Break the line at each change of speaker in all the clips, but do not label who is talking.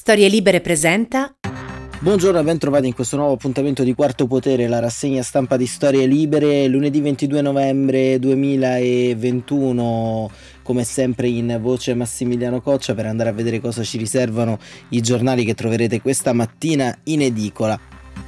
Storie Libere presenta.
Buongiorno e ben trovati in questo nuovo appuntamento di Quarto Potere, la rassegna stampa di Storie Libere, lunedì 22 novembre 2021, come sempre in voce Massimiliano Coccia per andare a vedere cosa ci riservano i giornali che troverete questa mattina in edicola.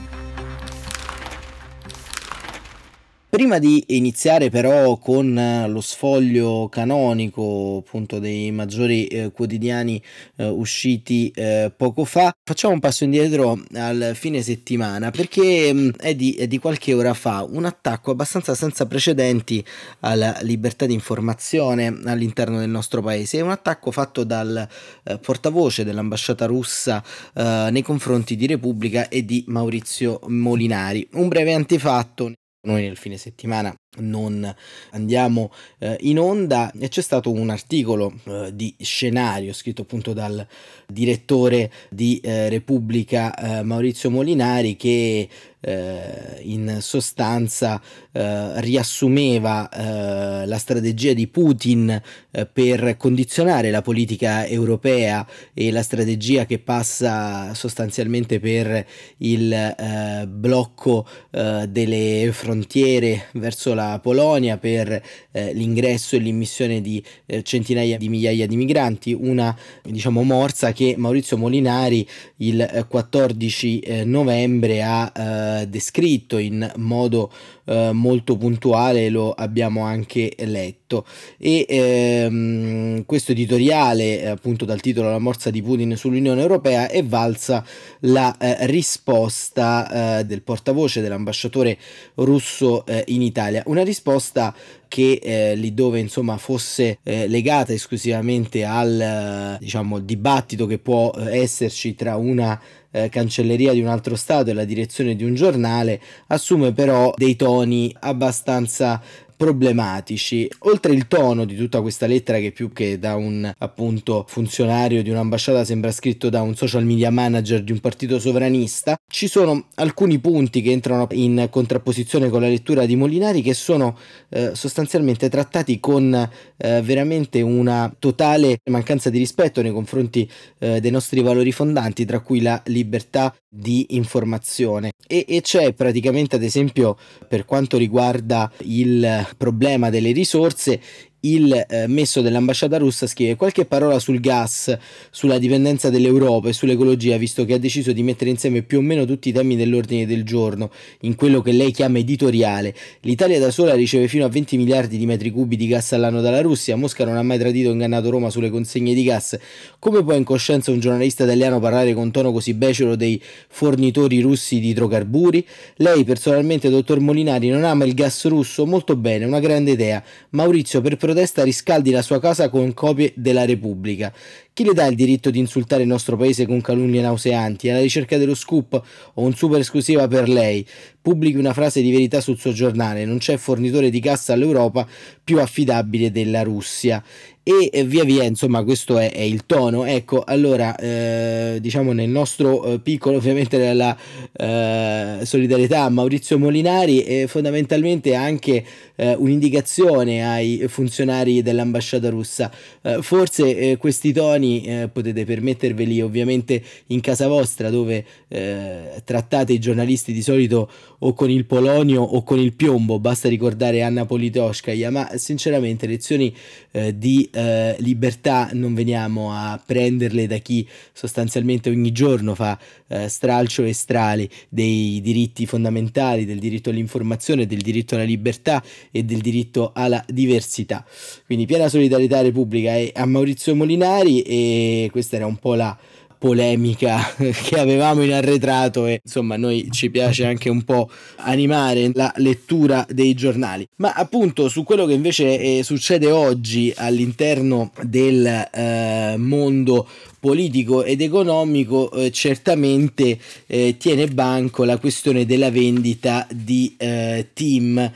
Prima di iniziare però con lo sfoglio canonico appunto dei maggiori quotidiani usciti poco fa, facciamo un passo indietro al fine settimana perché è di qualche ora fa un attacco abbastanza senza precedenti alla libertà di informazione all'interno del nostro paese. È un attacco fatto dal portavoce dell'ambasciata russa nei confronti di Repubblica e di Maurizio Molinari. Un breve antefatto. Noi nel fine settimana non andiamo in onda e c'è stato un articolo di scenario scritto appunto dal direttore di Repubblica Maurizio Molinari che in sostanza riassumeva la strategia di Putin per condizionare la politica europea e la strategia che passa sostanzialmente per il blocco delle frontiere verso la Polonia, per l'ingresso e l'immissione di centinaia di migliaia di migranti, una morsa che Maurizio Molinari il 14 novembre ha descritto in modo molto puntuale, lo abbiamo anche letto. E questo editoriale, appunto dal titolo La morsa di Putin sull'Unione Europea, è valsa la risposta del portavoce dell'ambasciatore russo in Italia, una risposta che lì dove insomma fosse legata esclusivamente al dibattito che può esserci tra una cancelleria di un altro stato e la direzione di un giornale, assume però dei toni abbastanza problematici. Oltre il tono di tutta questa lettera, che più che da un appunto funzionario di un'ambasciata sembra scritto da un social media manager di un partito sovranista, ci sono alcuni punti che entrano in contrapposizione con la lettura di Molinari, che sono sostanzialmente trattati con veramente una totale mancanza di rispetto nei confronti dei nostri valori fondanti, tra cui la libertà di informazione, e c'è praticamente, ad esempio, per quanto riguarda il problema delle risorse, il messo dell'ambasciata russa scrive qualche parola sul gas, sulla dipendenza dell'Europa e sull'ecologia, visto che ha deciso di mettere insieme più o meno tutti i temi dell'ordine del giorno in quello che lei chiama editoriale. L'Italia da sola riceve fino a 20 miliardi di metri cubi di gas all'anno dalla Russia. Mosca non ha mai tradito o ingannato Roma sulle consegne di gas. Come può in coscienza un giornalista italiano parlare con tono così becero dei fornitori russi di idrocarburi? Lei personalmente, dottor Molinari, non ama il gas russo? Molto bene, una grande idea. Maurizio, per protesta riscaldi la sua casa con copie della Repubblica. Chi le dà il diritto di insultare il nostro paese con calunnie nauseanti? È alla ricerca dello scoop o un super esclusiva per lei? Pubblichi una frase di verità sul suo giornale: non c'è fornitore di gas all'Europa più affidabile della Russia. E via via, insomma, questo è il tono. Ecco, allora nel nostro piccolo, ovviamente, della solidarietà a Maurizio Molinari, è fondamentalmente anche un'indicazione ai funzionari dell'ambasciata russa. Forse questi toni potete permetterveli ovviamente in casa vostra, dove trattate i giornalisti di solito o con il polonio o con il piombo, basta ricordare Anna Politkovskaya, ma sinceramente lezioni di libertà non veniamo a prenderle da chi sostanzialmente ogni giorno fa stralcio e strali dei diritti fondamentali, del diritto all'informazione, del diritto alla libertà e del diritto alla diversità. Quindi piena solidarietà Repubblica e a Maurizio Molinari, e questa era un po' la polemica che avevamo in arretrato, e insomma a noi ci piace anche un po' animare la lettura dei giornali. Ma appunto su quello che invece succede oggi all'interno del mondo politico ed economico, certamente tiene banco la questione della vendita di TIM,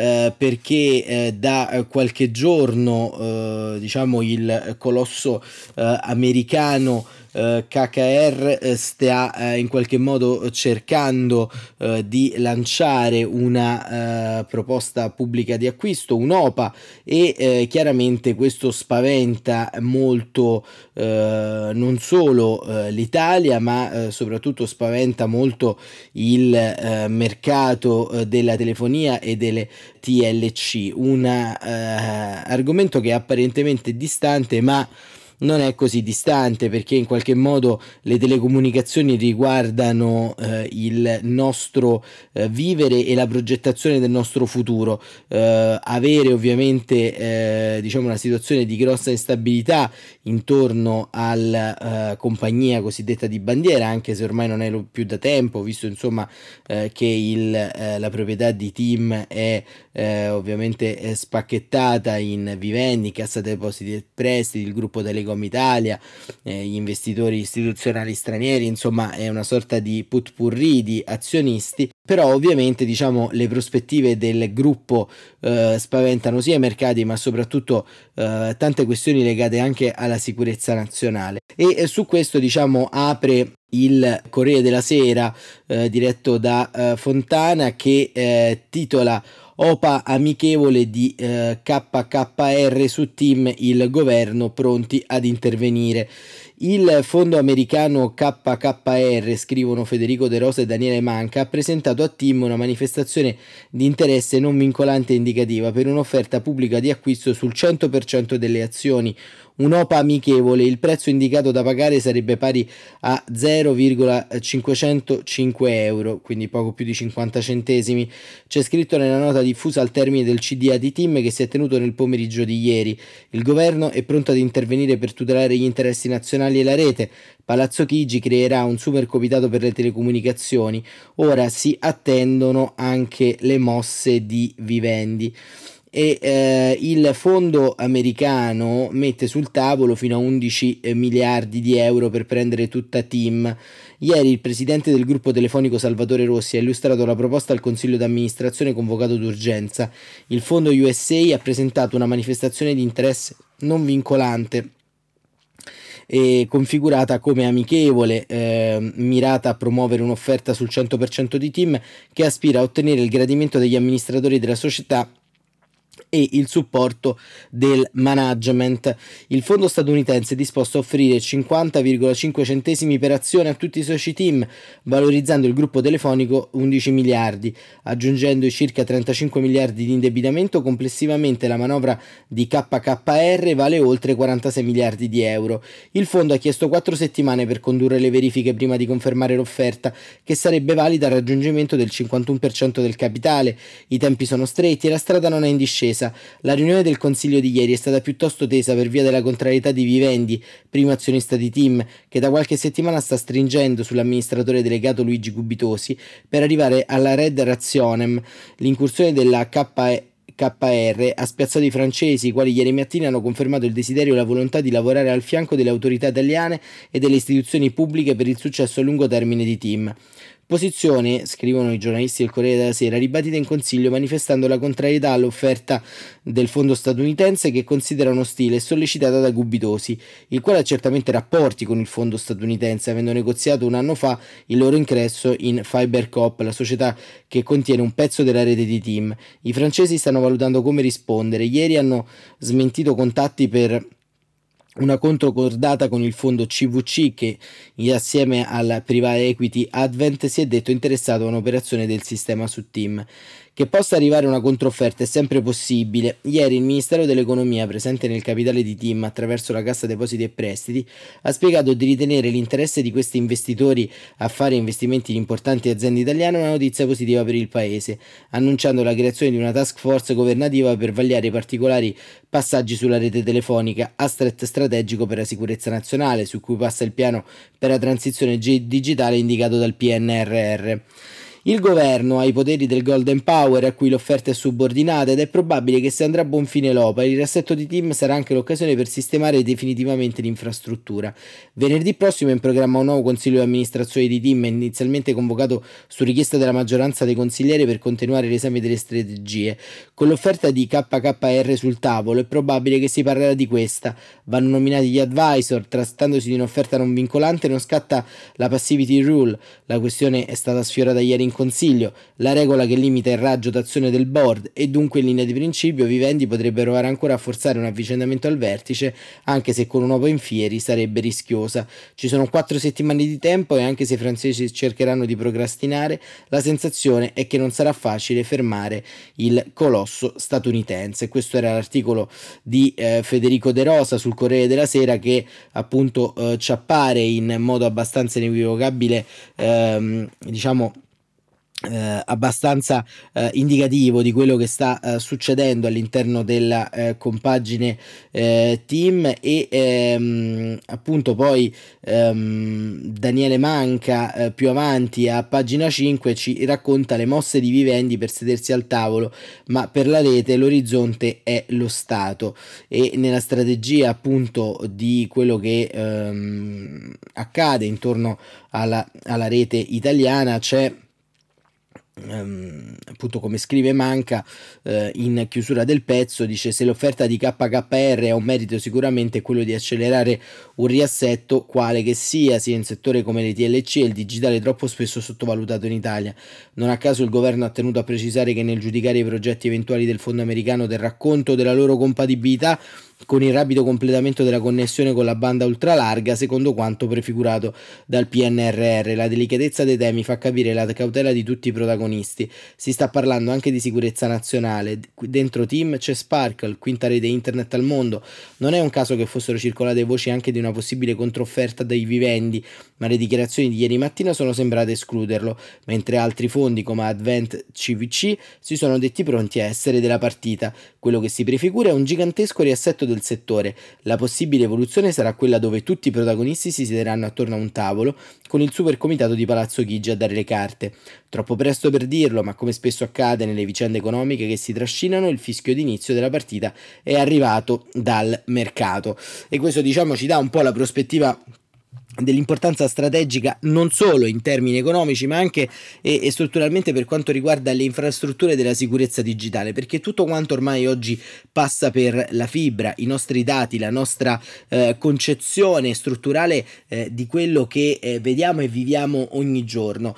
perché da qualche giorno il colosso americano KKR sta in qualche modo cercando di lanciare una proposta pubblica di acquisto, un'OPA, e chiaramente questo spaventa molto non solo l'Italia, ma soprattutto spaventa molto il mercato della telefonia e delle TLC, un argomento che è apparentemente distante, ma non è così distante, perché in qualche modo le telecomunicazioni riguardano il nostro vivere e la progettazione del nostro futuro. Avere ovviamente diciamo una situazione di grossa instabilità intorno alla compagnia cosiddetta di bandiera, anche se ormai non è più da tempo, visto insomma che la proprietà di TIM è ovviamente spacchettata in Vivendi, Cassa Depositi e Prestiti, il gruppo Telecom Italia, gli investitori istituzionali stranieri, insomma è una sorta di putpurri di azionisti. Però ovviamente diciamo le prospettive del gruppo spaventano sia i mercati, ma soprattutto tante questioni legate anche alla sicurezza nazionale, e su questo diciamo apre il Corriere della Sera diretto da Fontana, che titola OPA amichevole di KKR su TIM, il governo pronti ad intervenire. Il fondo americano KKR, scrivono Federico De Rosa e Daniele Manca, ha presentato a TIM una manifestazione di interesse non vincolante e indicativa per un'offerta pubblica di acquisto sul 100% delle azioni. Un'OPA amichevole, il prezzo indicato da pagare sarebbe pari a 0,505 euro, quindi poco più di 50 centesimi. C'è scritto nella nota diffusa al termine del CDA di TIM, che si è tenuto nel pomeriggio di ieri. Il governo è pronto ad intervenire per tutelare gli interessi nazionali e la rete. Palazzo Chigi creerà un super comitato per le telecomunicazioni. Ora si attendono anche le mosse di Vivendi. E il fondo americano mette sul tavolo fino a 11 miliardi di euro per prendere tutta TIM. Ieri il presidente del gruppo telefonico Salvatore Rossi ha illustrato la proposta al consiglio d'amministrazione convocato d'urgenza. Il fondo USA ha presentato una manifestazione di interesse non vincolante e configurata come amichevole, mirata a promuovere un'offerta sul 100% di TIM, che aspira a ottenere il gradimento degli amministratori della società e il supporto del management. Il fondo statunitense è disposto a offrire 50,5 centesimi per azione a tutti i soci TIM, valorizzando il gruppo telefonico 11 miliardi, aggiungendo i circa 35 miliardi di indebitamento. Complessivamente la manovra di KKR vale oltre 46 miliardi di euro. Il fondo ha chiesto 4 settimane per condurre le verifiche prima di confermare l'offerta, che sarebbe valida al raggiungimento del 51% del capitale. I tempi sono stretti e la strada non è in discesa. La riunione del consiglio di ieri è stata piuttosto tesa per via della contrarietà di Vivendi, primo azionista di TIM, che da qualche settimana sta stringendo sull'amministratore delegato Luigi Gubitosi per arrivare alla red rationem. L'incursione della KR ha spiazzato i francesi, i quali ieri mattina hanno confermato il desiderio e la volontà di lavorare al fianco delle autorità italiane e delle istituzioni pubbliche per il successo a lungo termine di TIM. Posizione, scrivono i giornalisti del Corriere della Sera, ribadita in consiglio manifestando la contrarietà all'offerta del fondo statunitense, che considerano ostile e sollecitata da Gubitosi, il quale ha certamente rapporti con il fondo statunitense, avendo negoziato un anno fa il loro ingresso in FiberCop, la società che contiene un pezzo della rete di TIM. I francesi stanno valutando come rispondere. Ieri hanno smentito contatti per una controcordata con il fondo CVC, che assieme alla private equity Advent si è detto interessato a un'operazione del sistema su TIM. Che possa arrivare una controfferta è sempre possibile. Ieri il Ministero dell'Economia, presente nel capitale di TIM attraverso la Cassa Depositi e Prestiti, ha spiegato di ritenere l'interesse di questi investitori a fare investimenti in importanti aziende italiane una notizia positiva per il Paese, annunciando la creazione di una task force governativa per vagliare i particolari passaggi sulla rete telefonica, asset strategico per la sicurezza nazionale, su cui passa il piano per la transizione digitale indicato dal PNRR. Il governo ha i poteri del Golden Power a cui l'offerta è subordinata ed è probabile che se andrà a buon fine l'opera, il riassetto di TIM sarà anche l'occasione per sistemare definitivamente l'infrastruttura. Venerdì prossimo è in programma un nuovo consiglio di amministrazione di TIM, inizialmente convocato su richiesta della maggioranza dei consiglieri per continuare l'esame delle strategie. Con l'offerta di KKR sul tavolo è probabile che si parlerà di questa. Vanno nominati gli advisor, trattandosi di un'offerta non vincolante non scatta la passivity rule. La questione è stata sfiorata ieri in consiglio, la regola che limita il raggio d'azione del board, e dunque in linea di principio Vivendi potrebbe provare ancora a forzare un avvicendamento al vertice, anche se con un open fieri sarebbe rischiosa. Ci sono 4 settimane di tempo e anche se i francesi cercheranno di procrastinare, la sensazione è che non sarà facile fermare il colosso statunitense. Questo era l'articolo di Federico De Rosa sul Corriere della Sera, che appunto ci appare in modo abbastanza inequivocabile, diciamo abbastanza indicativo di quello che sta succedendo all'interno della compagine TIM. E appunto poi Daniele Manca più avanti a pagina 5 ci racconta le mosse di Vivendi per sedersi al tavolo, ma per la rete l'orizzonte è lo Stato, e nella strategia appunto di quello che accade intorno alla rete italiana c'è appunto, come scrive Manca in chiusura del pezzo, dice: se l'offerta di KKR ha un merito, sicuramente è quello di accelerare un riassetto quale che sia in settore come le TLC e il digitale, troppo spesso sottovalutato in Italia. Non a caso il governo ha tenuto a precisare che nel giudicare i progetti eventuali del fondo americano terrà conto della loro compatibilità con il rapido completamento della connessione con la banda ultralarga, secondo quanto prefigurato dal PNRR. La delicatezza dei temi fa capire la cautela di tutti i protagonisti. Si sta parlando anche di sicurezza nazionale. Dentro TIM c'è Sparkle, quinta rete internet al mondo. Non è un caso che fossero circolate voci anche di una possibile controfferta dei Vivendi, ma le dichiarazioni di ieri mattina sono sembrate escluderlo, mentre altri fondi come Advent CVC si sono detti pronti a essere della partita. Quello che si prefigura è un gigantesco riassetto del settore. La possibile evoluzione sarà quella dove tutti i protagonisti si siederanno attorno a un tavolo con il super comitato di Palazzo Chigi a dare le carte. Troppo presto per dirlo, ma come spesso accade nelle vicende economiche che si trascinano, il fischio d'inizio della partita è arrivato dal mercato. E questo, diciamo, ci dà un po' la prospettiva dell'importanza strategica non solo in termini economici, ma anche e strutturalmente per quanto riguarda le infrastrutture della sicurezza digitale, perché tutto quanto ormai oggi passa per la fibra, i nostri dati, la nostra concezione strutturale di quello che vediamo e viviamo ogni giorno.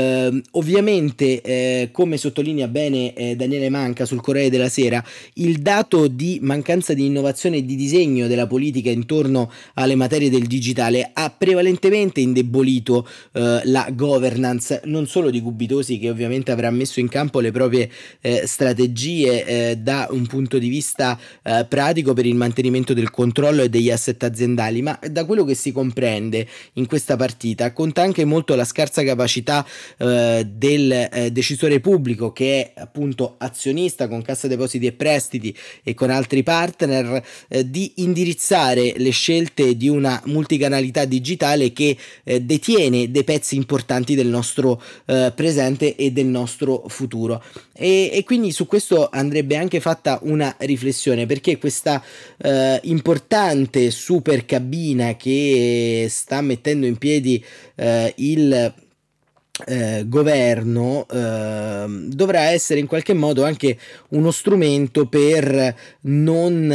Ovviamente, come sottolinea bene Daniele Manca sul Corriere della Sera, il dato di mancanza di innovazione e di disegno della politica intorno alle materie del digitale ha prevalentemente indebolito la governance non solo di Gubitosi, che ovviamente avrà messo in campo le proprie strategie da un punto di vista pratico per il mantenimento del controllo e degli asset aziendali, ma da quello che si comprende in questa partita conta anche molto la scarsa capacità del decisore pubblico, che è appunto azionista con Cassa Depositi e Prestiti e con altri partner, di indirizzare le scelte di una multicanalità digitale che detiene dei pezzi importanti del nostro presente e del nostro futuro. E quindi su questo andrebbe anche fatta una riflessione, perché questa importante super cabina che sta mettendo in piedi il governo dovrà essere in qualche modo anche uno strumento per non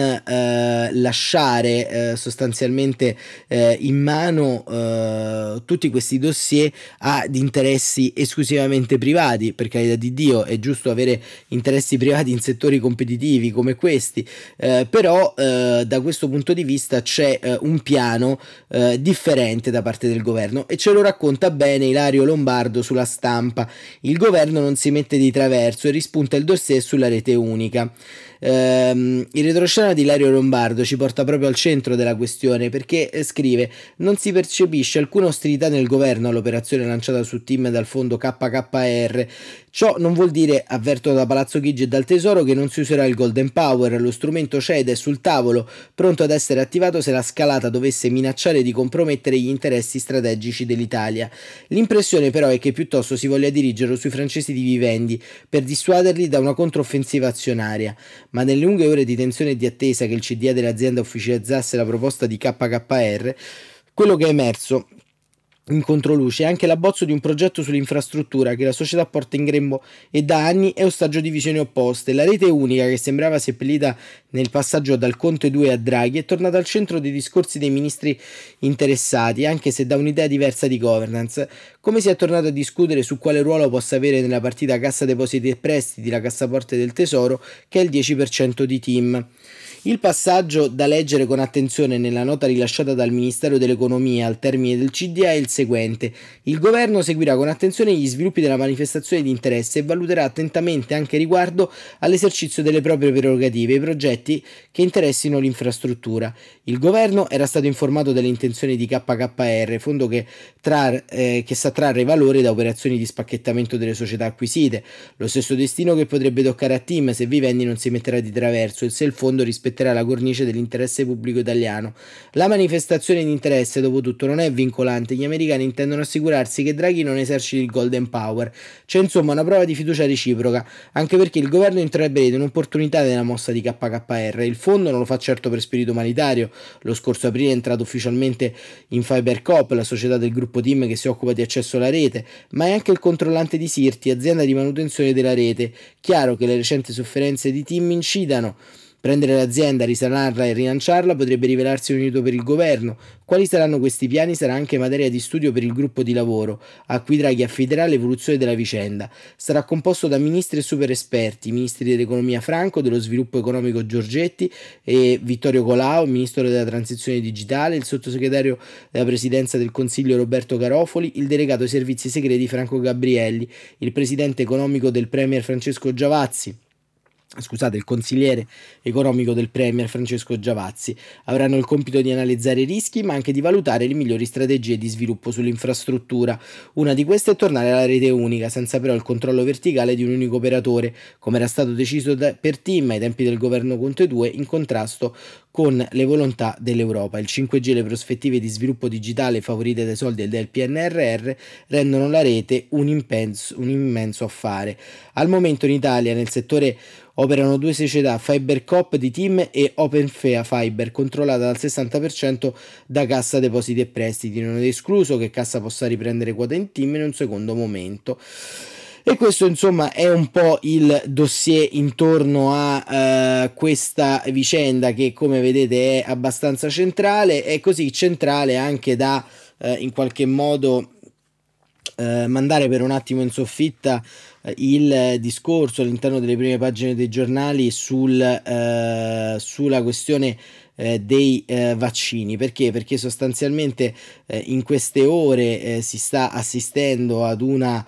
lasciare sostanzialmente in mano tutti questi dossier ad interessi esclusivamente privati. Per carità di Dio, è giusto avere interessi privati in settori competitivi come questi, però da questo punto di vista c'è un piano differente da parte del governo, e ce lo racconta bene Ilario Lombardo sulla Stampa. Il governo non si mette di traverso e rispunta il dossier sulla rete unica. Il retroscena di Ilario Lombardo ci porta proprio al centro della questione, perché scrive: non si percepisce alcuna ostilità nel governo all'operazione lanciata su TIM dal fondo KKR. Ciò non vuol dire, avvertono da Palazzo Chigi e dal Tesoro, che non si userà il Golden Power. Lo strumento c'è ed è sul tavolo, pronto ad essere attivato se la scalata dovesse minacciare di compromettere gli interessi strategici dell'Italia. L'impressione però è è che piuttosto si voglia dirigerlo sui francesi di Vivendi per dissuaderli da una controffensiva azionaria. Ma nelle lunghe ore di tensione e di attesa che il CDA dell'azienda ufficializzasse la proposta di KKR, quello che è emerso in controluce è anche l'abbozzo di un progetto sull'infrastruttura che la società porta in grembo e da anni è ostaggio di visioni opposte. La rete unica, che sembrava seppellita nel passaggio dal Conte 2 a Draghi, è tornata al centro dei discorsi dei ministri interessati, anche se da un'idea diversa di governance. Come si è tornato a discutere su quale ruolo possa avere nella partita Cassa Depositi e Prestiti la Cassaforte del Tesoro, che è il 10% di TIM. Il passaggio da leggere con attenzione nella nota rilasciata dal Ministero dell'Economia al termine del CDA è il seguente: il governo seguirà con attenzione gli sviluppi della manifestazione di interesse e valuterà attentamente anche riguardo all'esercizio delle proprie prerogative i progetti che interessino l'infrastruttura. Il governo era stato informato delle intenzioni di KKR, fondo che sa trarre valore da operazioni di spacchettamento delle società acquisite, lo stesso destino che potrebbe toccare a TIM se Vivendi non si metterà di traverso e se il fondo rispetterà la cornice dell'interesse pubblico italiano. La manifestazione di interesse, dopo tutto, non è vincolante. Gli americani intendono assicurarsi che Draghi non eserciti il golden power. C'è insomma una prova di fiducia reciproca, anche perché il governo intravede un'opportunità nella mossa di KKR. Il fondo non lo fa certo per spirito umanitario. Lo scorso aprile è entrato ufficialmente in FiberCop, la società del gruppo TIM che si occupa di accesso alla rete, ma è anche il controllante di Sirti, azienda di manutenzione della rete. Chiaro che le recenti sofferenze di TIM incidano. Prendere l'azienda, risanarla e rilanciarla potrebbe rivelarsi un aiuto per il governo. Quali saranno questi piani sarà anche materia di studio per il gruppo di lavoro, a cui Draghi affiderà l'evoluzione della vicenda. Sarà composto da ministri e super esperti, ministri dell'economia Franco, dello sviluppo economico Giorgetti e Vittorio Colao, ministro della transizione digitale, il sottosegretario della presidenza del Consiglio Roberto Garofoli, il delegato ai servizi segreti Franco Gabrielli, il presidente economico del Premier Francesco Giavazzi. Il consigliere economico del Premier Francesco Giavazzi. Avranno il compito di analizzare i rischi ma anche di valutare le migliori strategie di sviluppo sull'infrastruttura. Una di queste è tornare alla rete unica, senza però il controllo verticale di un unico operatore, come era stato deciso per TIM ai tempi del governo Conte 2, in contrasto con le volontà dell'Europa. Il 5G e le prospettive di sviluppo digitale favorite dai soldi del PNRR rendono la rete un immenso affare. Al momento in Italia nel settore operano due società, FiberCop di TIM e OpenFea Fiber, controllata dal 60% da Cassa Depositi e Prestiti. Non è escluso che Cassa possa riprendere quota in TIM in un secondo momento. E questo insomma è un po' il dossier intorno a questa vicenda che, come vedete, è abbastanza centrale, è così centrale anche da in qualche modo mandare per un attimo in soffitta il discorso all'interno delle prime pagine dei giornali sulla questione dei vaccini. Perché sostanzialmente in queste ore si sta assistendo ad una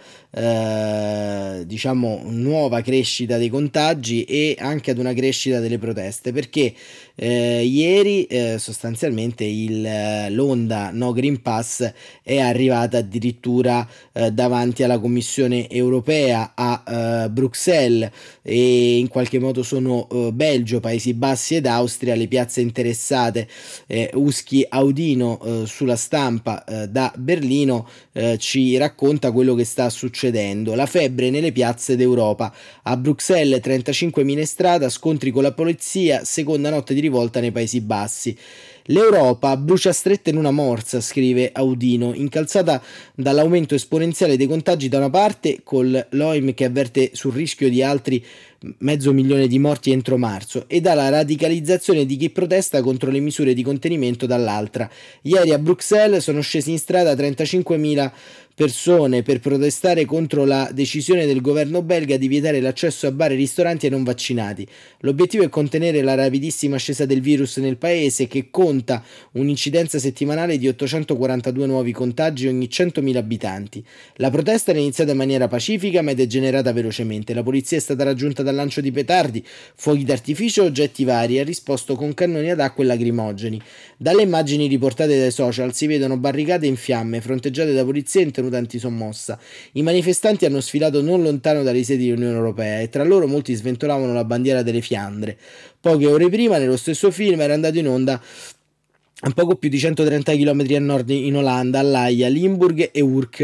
nuova crescita dei contagi e anche ad una crescita delle proteste, perché ieri sostanzialmente l'onda No Green Pass è arrivata addirittura davanti alla Commissione europea a Bruxelles, e in qualche modo sono Belgio, Paesi Bassi ed Austria le piazze interessate. Uschi Audino sulla stampa da Berlino ci racconta quello che sta succedendo. La febbre nelle piazze d'Europa. A Bruxelles 35.000 in strada, scontri con la polizia, seconda notte di rivolta nei Paesi Bassi. L'Europa brucia stretta in una morsa, scrive Audino, incalzata dall'aumento esponenziale dei contagi da una parte, con l'OIM che avverte sul rischio di altri 500.000 di morti entro marzo, e dalla radicalizzazione di chi protesta contro le misure di contenimento dall'altra. Ieri a Bruxelles sono scesi in strada 35.000 persone per protestare contro la decisione del governo belga di vietare l'accesso a bar e ristoranti ai non vaccinati. L'obiettivo è contenere la rapidissima ascesa del virus nel paese, che conta un'incidenza settimanale di 842 nuovi contagi ogni 100.000 abitanti. La protesta era iniziata in maniera pacifica ma è degenerata velocemente. La polizia è stata raggiunta dal lancio di petardi, fuochi d'artificio e oggetti vari e ha risposto con cannoni ad acqua e lacrimogeni. Dalle immagini riportate dai social si vedono barricate in fiamme fronteggiate da polizia in tenuta antisommossa. I manifestanti hanno sfilato non lontano dalle sedi dell'Unione Europea e tra loro molti sventolavano la bandiera delle Fiandre. Poche ore prima, nello stesso film, era andato in onda a poco più di 130 km a nord in Olanda, a L'Aia, Limburg e Urk,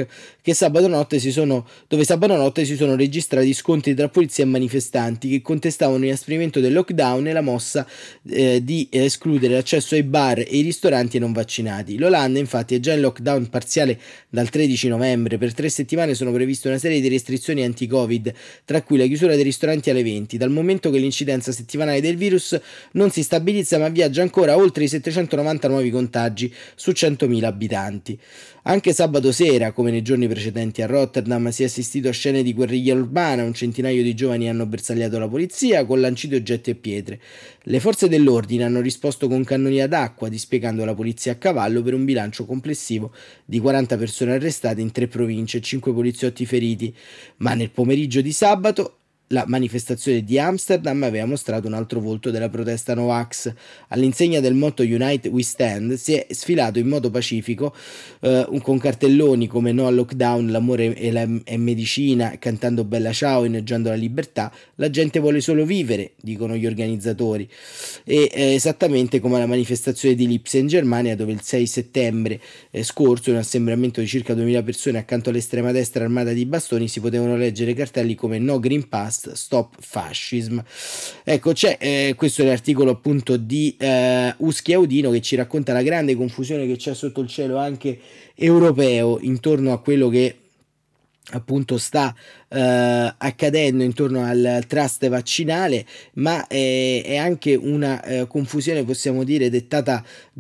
dove sabato notte si sono registrati scontri tra polizia e manifestanti che contestavano l'inasprimento del lockdown e la mossa di escludere l'accesso ai bar e ai ristoranti ai non vaccinati. L'Olanda infatti è già in lockdown parziale dal 13 novembre. Per 3 settimane sono previste una serie di restrizioni anti-Covid, tra cui la chiusura dei ristoranti alle 20, dal momento che l'incidenza settimanale del virus non si stabilizza ma viaggia ancora oltre i 790 nuovi contagi su 100.000 abitanti. Anche sabato sera, come nei giorni precedenti a Rotterdam, si è assistito a scene di guerriglia urbana, un centinaio di giovani hanno bersagliato la polizia con lanci di oggetti e pietre. Le forze dell'ordine hanno risposto con cannoni ad acqua, dispiegando la polizia a cavallo per un bilancio complessivo di 40 persone arrestate in 3 province e 5 poliziotti feriti. Ma nel pomeriggio di sabato la manifestazione di Amsterdam aveva mostrato un altro volto della protesta Novax. All'insegna del motto Unite We Stand si è sfilato in modo pacifico con cartelloni come no al lockdown, l'amore è medicina, cantando Bella Ciao, inneggiando la libertà. La gente vuole solo vivere, dicono gli organizzatori. E esattamente come alla manifestazione di Lipsia in Germania, dove il 6 settembre scorso, in un assembramento di circa 2000 persone accanto all'estrema destra armata di bastoni, si potevano leggere cartelli come No Green Pass, Stop Fascism. Ecco, c'è questo è l'articolo appunto di Uschi Audino, che ci racconta la grande confusione che c'è sotto il cielo anche europeo intorno a quello che appunto sta accadendo intorno al trust vaccinale, ma è anche una confusione, possiamo dire, dettata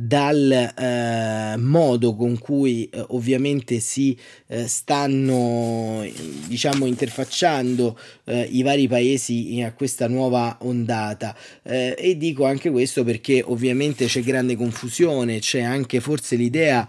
dal modo con cui ovviamente si stanno diciamo interfacciando i vari paesi a questa nuova ondata, e dico anche questo perché ovviamente c'è grande confusione, c'è anche forse l'idea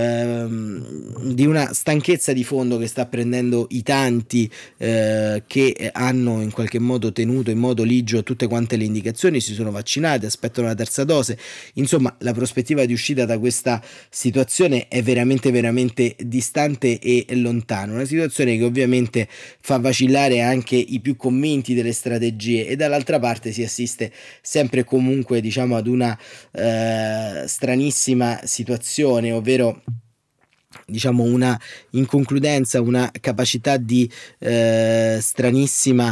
di una stanchezza di fondo che sta prendendo i tanti che hanno in qualche modo tenuto in modo ligio tutte quante le indicazioni, si sono vaccinati, aspettano la terza dose. Insomma, la prospettiva di uscita da questa situazione è veramente distante e lontana, una situazione che ovviamente fa vacillare anche i più convinti delle strategie, e dall'altra parte si assiste sempre e comunque diciamo ad una stranissima situazione, ovvero diciamo una inconcludenza, una capacità di stranissima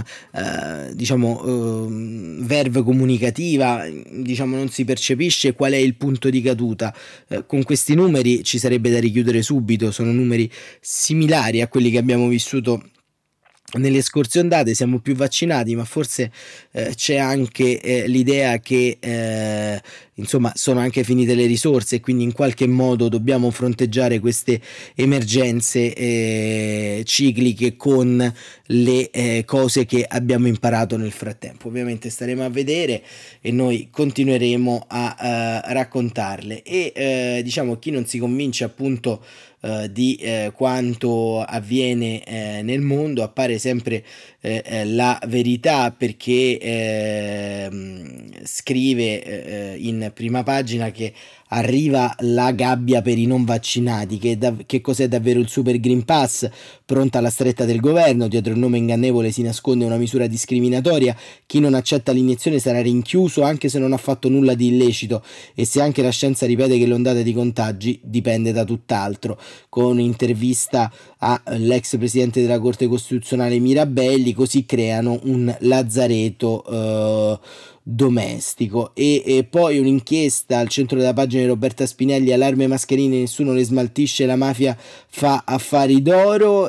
verve comunicativa, diciamo non si percepisce qual è il punto di caduta. Con questi numeri ci sarebbe da richiudere subito, sono numeri similari a quelli che abbiamo vissuto nelle scorse ondate, siamo più vaccinati, ma forse c'è anche l'idea che insomma sono anche finite le risorse e quindi in qualche modo dobbiamo fronteggiare queste emergenze cicliche con le cose che abbiamo imparato nel frattempo. Ovviamente staremo a vedere e noi continueremo a raccontarle, e diciamo chi non si convince appunto di quanto avviene nel mondo, appare sempre la verità, perché scrive in prima pagina che arriva la gabbia per i non vaccinati. Che cos'è davvero il Super Green Pass? Pronta la stretta del governo, dietro il nome ingannevole si nasconde una misura discriminatoria. Chi non accetta l'iniezione sarà rinchiuso anche se non ha fatto nulla di illecito, e se anche la scienza ripete che l'ondata di contagi dipende da tutt'altro. Con un'intervista all'ex presidente della Corte Costituzionale Mirabelli, così creano un lazzareto domestico. E poi un'inchiesta al centro della pagina di Roberta Spinelli: allarme mascherine, nessuno le smaltisce, la mafia fa affari d'oro.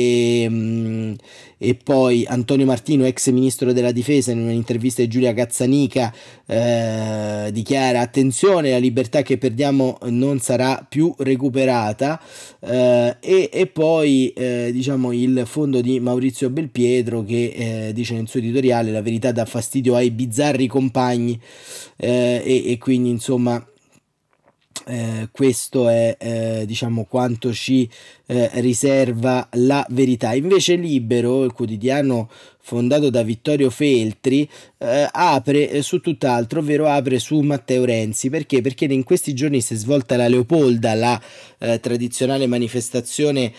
E poi Antonio Martino, ex ministro della difesa, in un'intervista di Giulia Cazzanica dichiara: attenzione, la libertà che perdiamo non sarà più recuperata. E poi diciamo il fondo di Maurizio Belpietro, che dice nel suo editoriale: la verità dà fastidio ai bizzarri compagni, e quindi insomma questo è diciamo quanto ci riserva la verità. Invece Libero, il quotidiano fondato da Vittorio Feltri, apre su tutt'altro, ovvero apre su Matteo Renzi. Perché? Perché in questi giorni si è svolta la Leopolda, la tradizionale manifestazione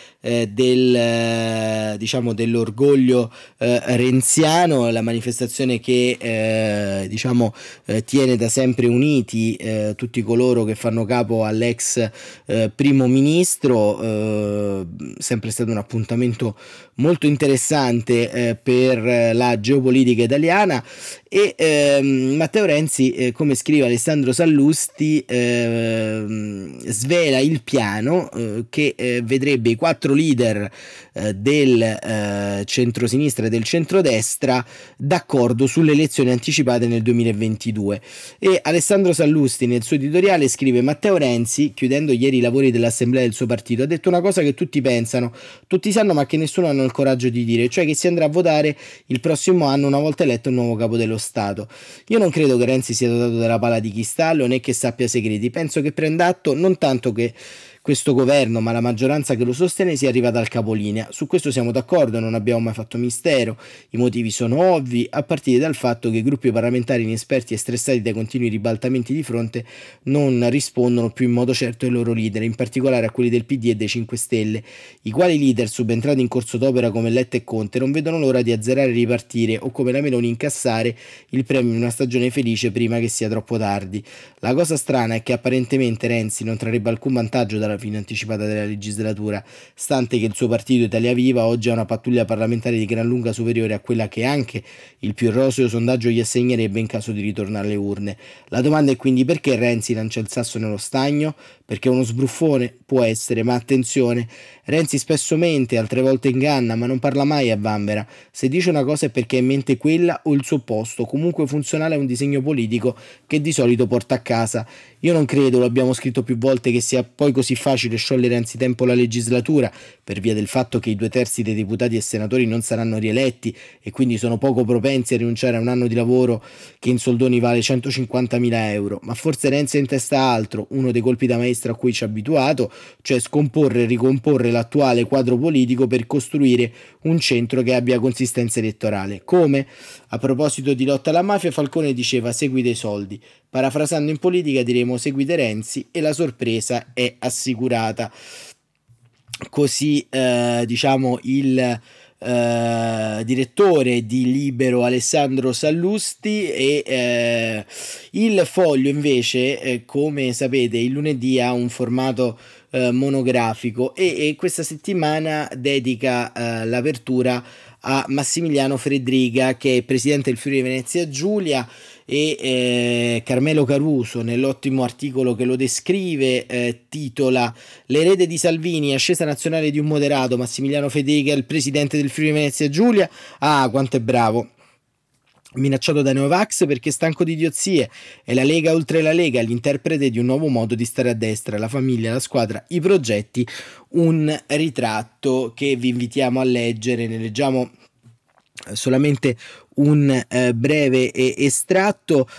diciamo dell'orgoglio renziano, la manifestazione che diciamo tiene da sempre uniti tutti coloro che fanno capo all'ex primo ministro, sempre stato un appuntamento molto interessante per la geopolitica italiana. E Matteo Renzi, come scrive Alessandro Sallusti, svela il piano che vedrebbe i 4 leader del centrosinistra e del centrodestra d'accordo sulle elezioni anticipate nel 2022. E Alessandro Sallusti nel suo editoriale scrive: Matteo Renzi, chiudendo ieri i lavori dell'assemblea del suo partito, ha detto una cosa che tutti pensano, tutti sanno, ma che nessuno hanno il coraggio di dire, cioè che si andrà a votare il prossimo anno una volta eletto un nuovo capo dello Stato. Io non credo che Renzi sia dotato della pala di cristallo né che sappia segreti, penso che prenda atto non tanto che questo governo, ma la maggioranza che lo sostiene, sia arrivata al capolinea. Su questo siamo d'accordo, non abbiamo mai fatto mistero, i motivi sono ovvi, a partire dal fatto che i gruppi parlamentari inesperti e stressati dai continui ribaltamenti di fronte non rispondono più in modo certo ai loro leader, in particolare a quelli del PD e dei 5 Stelle, i quali leader subentrati in corso d'opera come Letta e Conte non vedono l'ora di azzerare e ripartire, o come la Meloni incassare il premio in una stagione felice prima che sia troppo tardi. La cosa strana è che apparentemente Renzi non trarrebbe alcun vantaggio dalla fine anticipata della legislatura, stante che il suo partito Italia Viva oggi ha una pattuglia parlamentare di gran lunga superiore a quella che anche il più roseo sondaggio gli assegnerebbe in caso di ritorno alle urne. La domanda è quindi: perché Renzi lancia il sasso nello stagno? Perché uno sbruffone? Può essere, ma attenzione, Renzi spesso mente, altre volte inganna, ma non parla mai a vanvera. Se dice una cosa è perché ha in mente quella o il suo opposto, comunque funzionale a un disegno politico che di solito porta a casa. Io non credo, lo abbiamo scritto più volte, che sia poi così facile sciogliere anzitempo la legislatura, per via del fatto che i 2/3 dei deputati e senatori non saranno rieletti e quindi sono poco propensi a rinunciare a un anno di lavoro che in soldoni vale 150.000 euro. Ma forse Renzi ha in testa altro, uno dei colpi da maestro a cui ci ha abituato, cioè scomporre e ricomporre l'attuale quadro politico per costruire un centro che abbia consistenza elettorale. Come? A proposito di lotta alla mafia, Falcone diceva: seguite i soldi. Parafrasando in politica diremo: seguite Renzi e la sorpresa è assicurata. Così diciamo il direttore di Libero Alessandro Sallusti. E il Foglio invece, come sapete, il lunedì ha un formato monografico e questa settimana dedica l'apertura a Massimiliano Fredriga, che è presidente del Friuli Venezia Giulia, e Carmelo Caruso, nell'ottimo articolo che lo descrive, titola: l'erede di Salvini, ascesa nazionale di un moderato, Massimiliano Federica, il presidente del Friuli Venezia Giulia. Ah, quanto è bravo! Minacciato dai Novax perché stanco di idiozie, è la Lega oltre la Lega, l'interprete di un nuovo modo di stare a destra, la famiglia, la squadra, i progetti, un ritratto che vi invitiamo a leggere. Ne leggiamo solamente un breve estratto,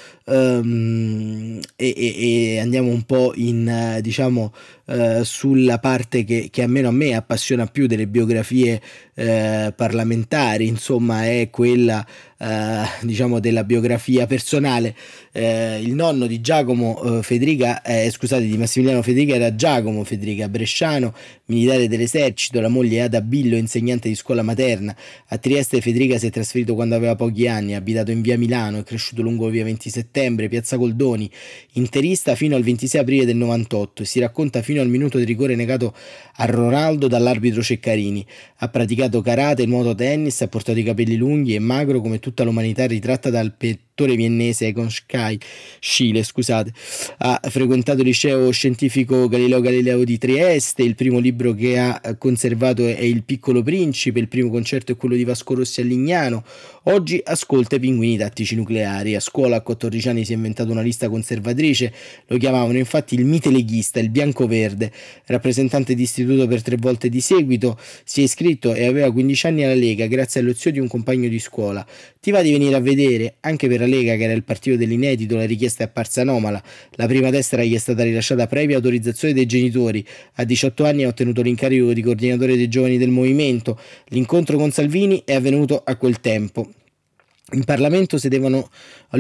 e andiamo un po' in diciamo sulla parte che almeno a me appassiona più delle biografie parlamentari, insomma è quella diciamo della biografia personale. Il nonno di Giacomo Federica, scusate, di Massimiliano Federica, era Giacomo Federica, bresciano, militare dell'esercito. La moglie Ada Billo, insegnante di scuola materna. A Trieste Federica si è trasferito quando aveva pochi anni, ha abitato in via Milano, è cresciuto lungo via 20 settembre, piazza Goldoni, interista fino al 26 aprile del 98 e si racconta fino al minuto di rigore negato a Ronaldo dall'arbitro Ceccarini. Ha praticato karate e nuoto tennis, ha portato i capelli lunghi e magro come tutta l'umanità ritratta dal pittore viennese Egon Schiele, scusate. Ha frequentato il liceo scientifico Galileo Galileo di Trieste. Il primo libro che ha conservato è Il Piccolo Principe, il primo concerto è quello di Vasco Rossi a Lignano. Oggi ascolta i pinguini tattici nucleari. A scuola a 14 anni si è inventato una lista conservatrice, lo chiamavano infatti il miteleghista, il bianco-verde. Rappresentante di istituto per 3 volte di seguito, si è iscritto e aveva 15 anni alla Lega grazie allo zio di un compagno di scuola. Ti va di venire a vedere? Anche per la Lega, che era il partito dell'inedito, la richiesta è apparsa anomala. La prima tessera gli è stata rilasciata previa autorizzazione dei genitori. A 18 anni ha ottenuto l'incarico di coordinatore dei giovani del movimento. L'incontro con Salvini è avvenuto a quel tempo. In Parlamento sedevano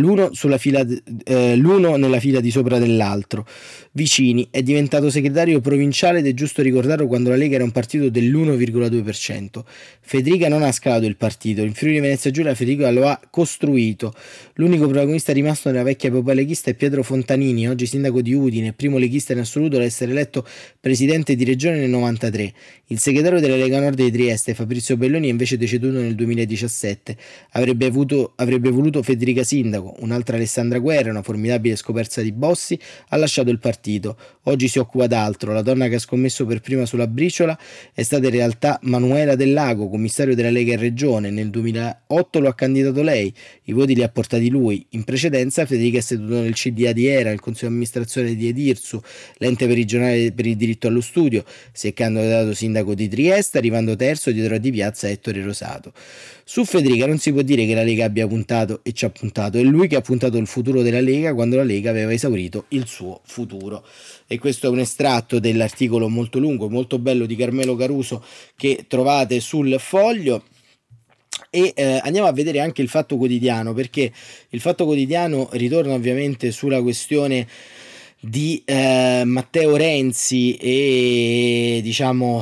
l'uno nella fila di sopra dell'altro. Vicini, è diventato segretario provinciale ed è giusto ricordarlo quando la Lega era un partito dell'1,2%. Federica non ha scalato il partito, in Friuli Venezia Giulia Federica lo ha costruito. L'unico protagonista rimasto nella vecchia popea leghista è Pietro Fontanini, oggi sindaco di Udine, primo leghista in assoluto ad essere eletto presidente di regione nel 93. Il segretario della Lega Nord di Trieste, Fabrizio Belloni, è invece deceduto nel 2017. Avrebbe voluto Federica sindaco, un'altra Alessandra Guerra, una formidabile scoperta di Bossi, ha lasciato il partito. Oggi si occupa d'altro. La donna che ha scommesso per prima sulla briciola è stata in realtà Manuela Del Lago, commissario della Lega in regione. Nel 2008 lo ha candidato lei, i voti li ha portati lui. In precedenza Federica è seduta nel CDA di Era, nel consiglio di amministrazione di Edirsu, l'ente regionale per il diritto allo studio. Si è candidato sindaco di Trieste, arrivando terzo dietro a Di Piazza Ettore Rosato. Su Federica non si può dire che la Lega abbia puntato e ci ha puntato, è lui che ha puntato il futuro della Lega quando la Lega aveva esaurito il suo futuro. E questo è un estratto dell'articolo molto lungo e molto bello di Carmelo Caruso che trovate sul Foglio. E andiamo a vedere anche il Fatto Quotidiano, perché il Fatto Quotidiano ritorna ovviamente sulla questione di Matteo Renzi e diciamo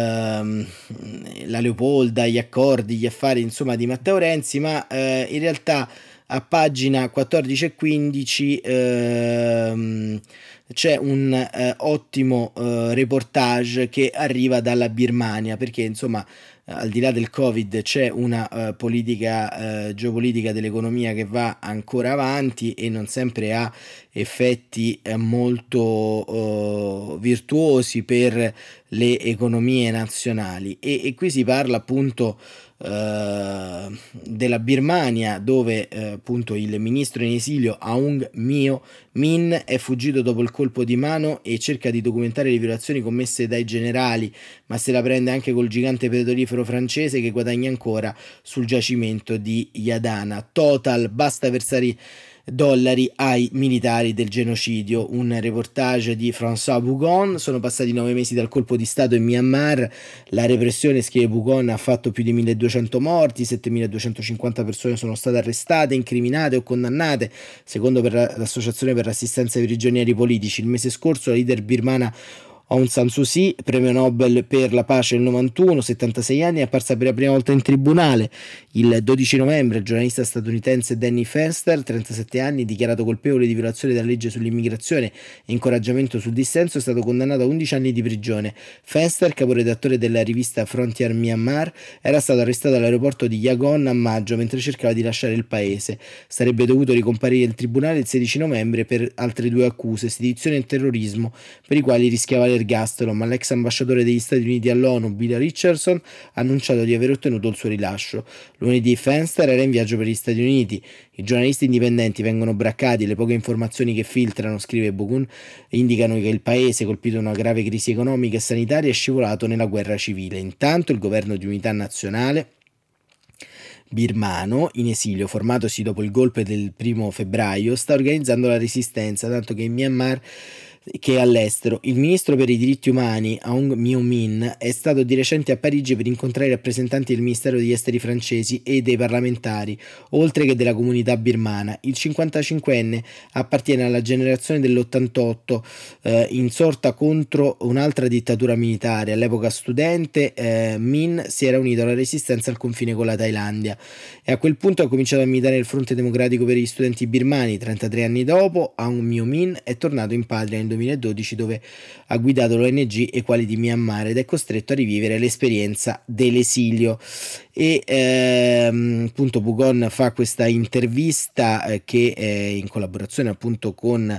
la Leopolda, gli accordi, gli affari insomma di Matteo Renzi, ma in realtà a pagina 14 e 15 c'è un ottimo reportage che arriva dalla Birmania, perché insomma al di là del Covid c'è una politica geopolitica dell'economia che va ancora avanti e non sempre ha effetti molto virtuosi per le economie nazionali e qui si parla appunto della Birmania, dove appunto il ministro in esilio Aung Mio Min è fuggito dopo il colpo di mano e cerca di documentare le violazioni commesse dai generali, ma se la prende anche col gigante petrolifero francese che guadagna ancora sul giacimento di Yadana. Total, basta versare dollari ai militari del genocidio. Un reportage di François Bougon. Sono passati 9 mesi dal colpo di stato in Myanmar, la repressione, scrive Bougon, ha fatto più di 1200 morti, 7250 persone sono state arrestate, incriminate o condannate, secondo l'associazione per l'assistenza ai prigionieri politici. Il mese scorso la leader birmana Aung San Suu Kyi, premio Nobel per la pace nel 91, 76 anni, è apparsa per la prima volta in tribunale. Il 12 novembre il giornalista statunitense Danny Fenster, 37 anni, dichiarato colpevole di violazione della legge sull'immigrazione e incoraggiamento sul dissenso, è stato condannato a 11 anni di prigione. Fenster, caporedattore della rivista Frontier Myanmar, era stato arrestato all'aeroporto di Yangon a maggio mentre cercava di lasciare il paese. Sarebbe dovuto ricomparire in tribunale il 16 novembre per altre 2 accuse, sedizione e terrorismo, per i quali rischiava l'ergastolo, ma l'ex ambasciatore degli Stati Uniti all'ONU, Bill Richardson, ha annunciato di aver ottenuto il suo rilascio. Lunedì Fenster era in viaggio per gli Stati Uniti. I giornalisti indipendenti vengono braccati, le poche informazioni che filtrano, scrive Bokun, indicano che il paese, colpito da una grave crisi economica e sanitaria, è scivolato nella guerra civile. Intanto il governo di unità nazionale birmano, in esilio, formatosi dopo il golpe del 1 febbraio, sta organizzando la resistenza, tanto che in Myanmar che all'estero. Il ministro per i diritti umani Aung Myo Min è stato di recente a Parigi per incontrare i rappresentanti del Ministero degli Esteri francesi e dei parlamentari, oltre che della comunità birmana. Il 55enne appartiene alla generazione dell'88, insorta contro un'altra dittatura militare. All'epoca studente, Min si era unito alla resistenza al confine con la Thailandia e a quel punto ha cominciato a militare nel Fronte Democratico per gli studenti birmani. 33 anni dopo, Aung Myo Min è tornato in patria nel 2012, dove ha guidato l'ONG Equality Myanmar ed è costretto a rivivere l'esperienza dell'esilio. E appunto Bougon fa questa intervista che è in collaborazione appunto con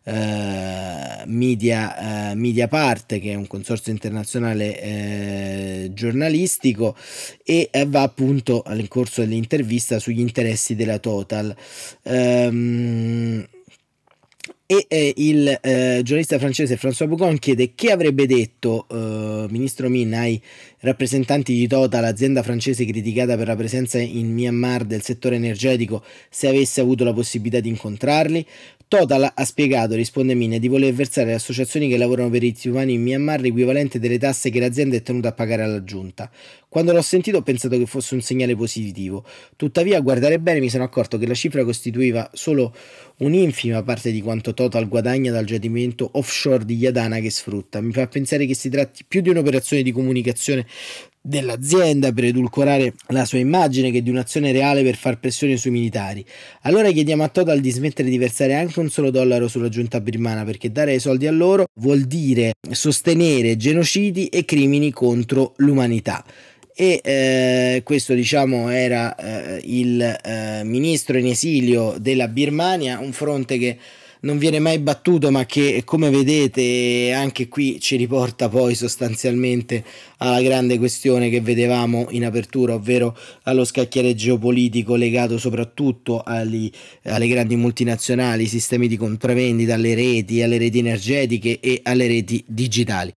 Mediapart, che è un consorzio internazionale giornalistico, e va appunto nel corso dell'intervista sugli interessi della Total. E il giornalista francese François Bougon chiede che avrebbe detto ministro Min ai rappresentanti di Total, azienda francese criticata per la presenza in Myanmar del settore energetico, se avesse avuto la possibilità di incontrarli. Total ha spiegato, risponde Min, di voler versare alle associazioni che lavorano per i diritti umani in Myanmar l'equivalente delle tasse che l'azienda è tenuta a pagare alla giunta. Quando l'ho sentito ho pensato che fosse un segnale positivo. Tuttavia, a guardare bene mi sono accorto che la cifra costituiva solo un'infima parte di quanto Total guadagna dal giacimento offshore di Yadana che sfrutta. Mi fa pensare che si tratti più di un'operazione di comunicazione dell'azienda per edulcorare la sua immagine che di un'azione reale per far pressione sui militari. Allora chiediamo a Total di smettere di versare anche un solo dollaro sulla giunta birmana, perché dare i soldi a loro vuol dire sostenere genocidi e crimini contro l'umanità. E questo diciamo era il ministro in esilio della Birmania, un fronte che non viene mai battuto, ma che, come vedete, anche qui ci riporta poi sostanzialmente alla grande questione che vedevamo in apertura, ovvero allo scacchiere geopolitico legato soprattutto alle grandi multinazionali, sistemi di compravendita, alle reti energetiche e alle reti digitali.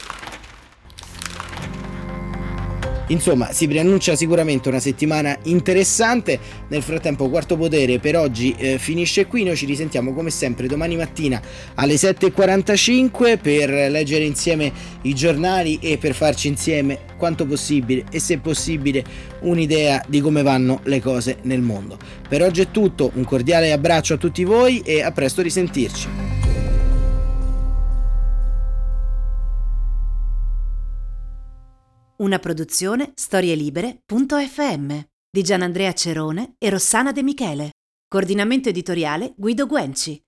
Insomma, si preannuncia sicuramente una settimana interessante. Nel frattempo, Quarto Potere per oggi finisce qui. Noi ci risentiamo come sempre domani mattina alle 7:45 per leggere insieme i giornali e per farci insieme quanto possibile e se possibile un'idea di come vanno le cose nel mondo. Per oggi è tutto, un cordiale abbraccio a tutti voi e a presto risentirci.
Una produzione storielibere.fm di Gianandrea Cerone e Rossana De Michele. Coordinamento editoriale Guido Guenci.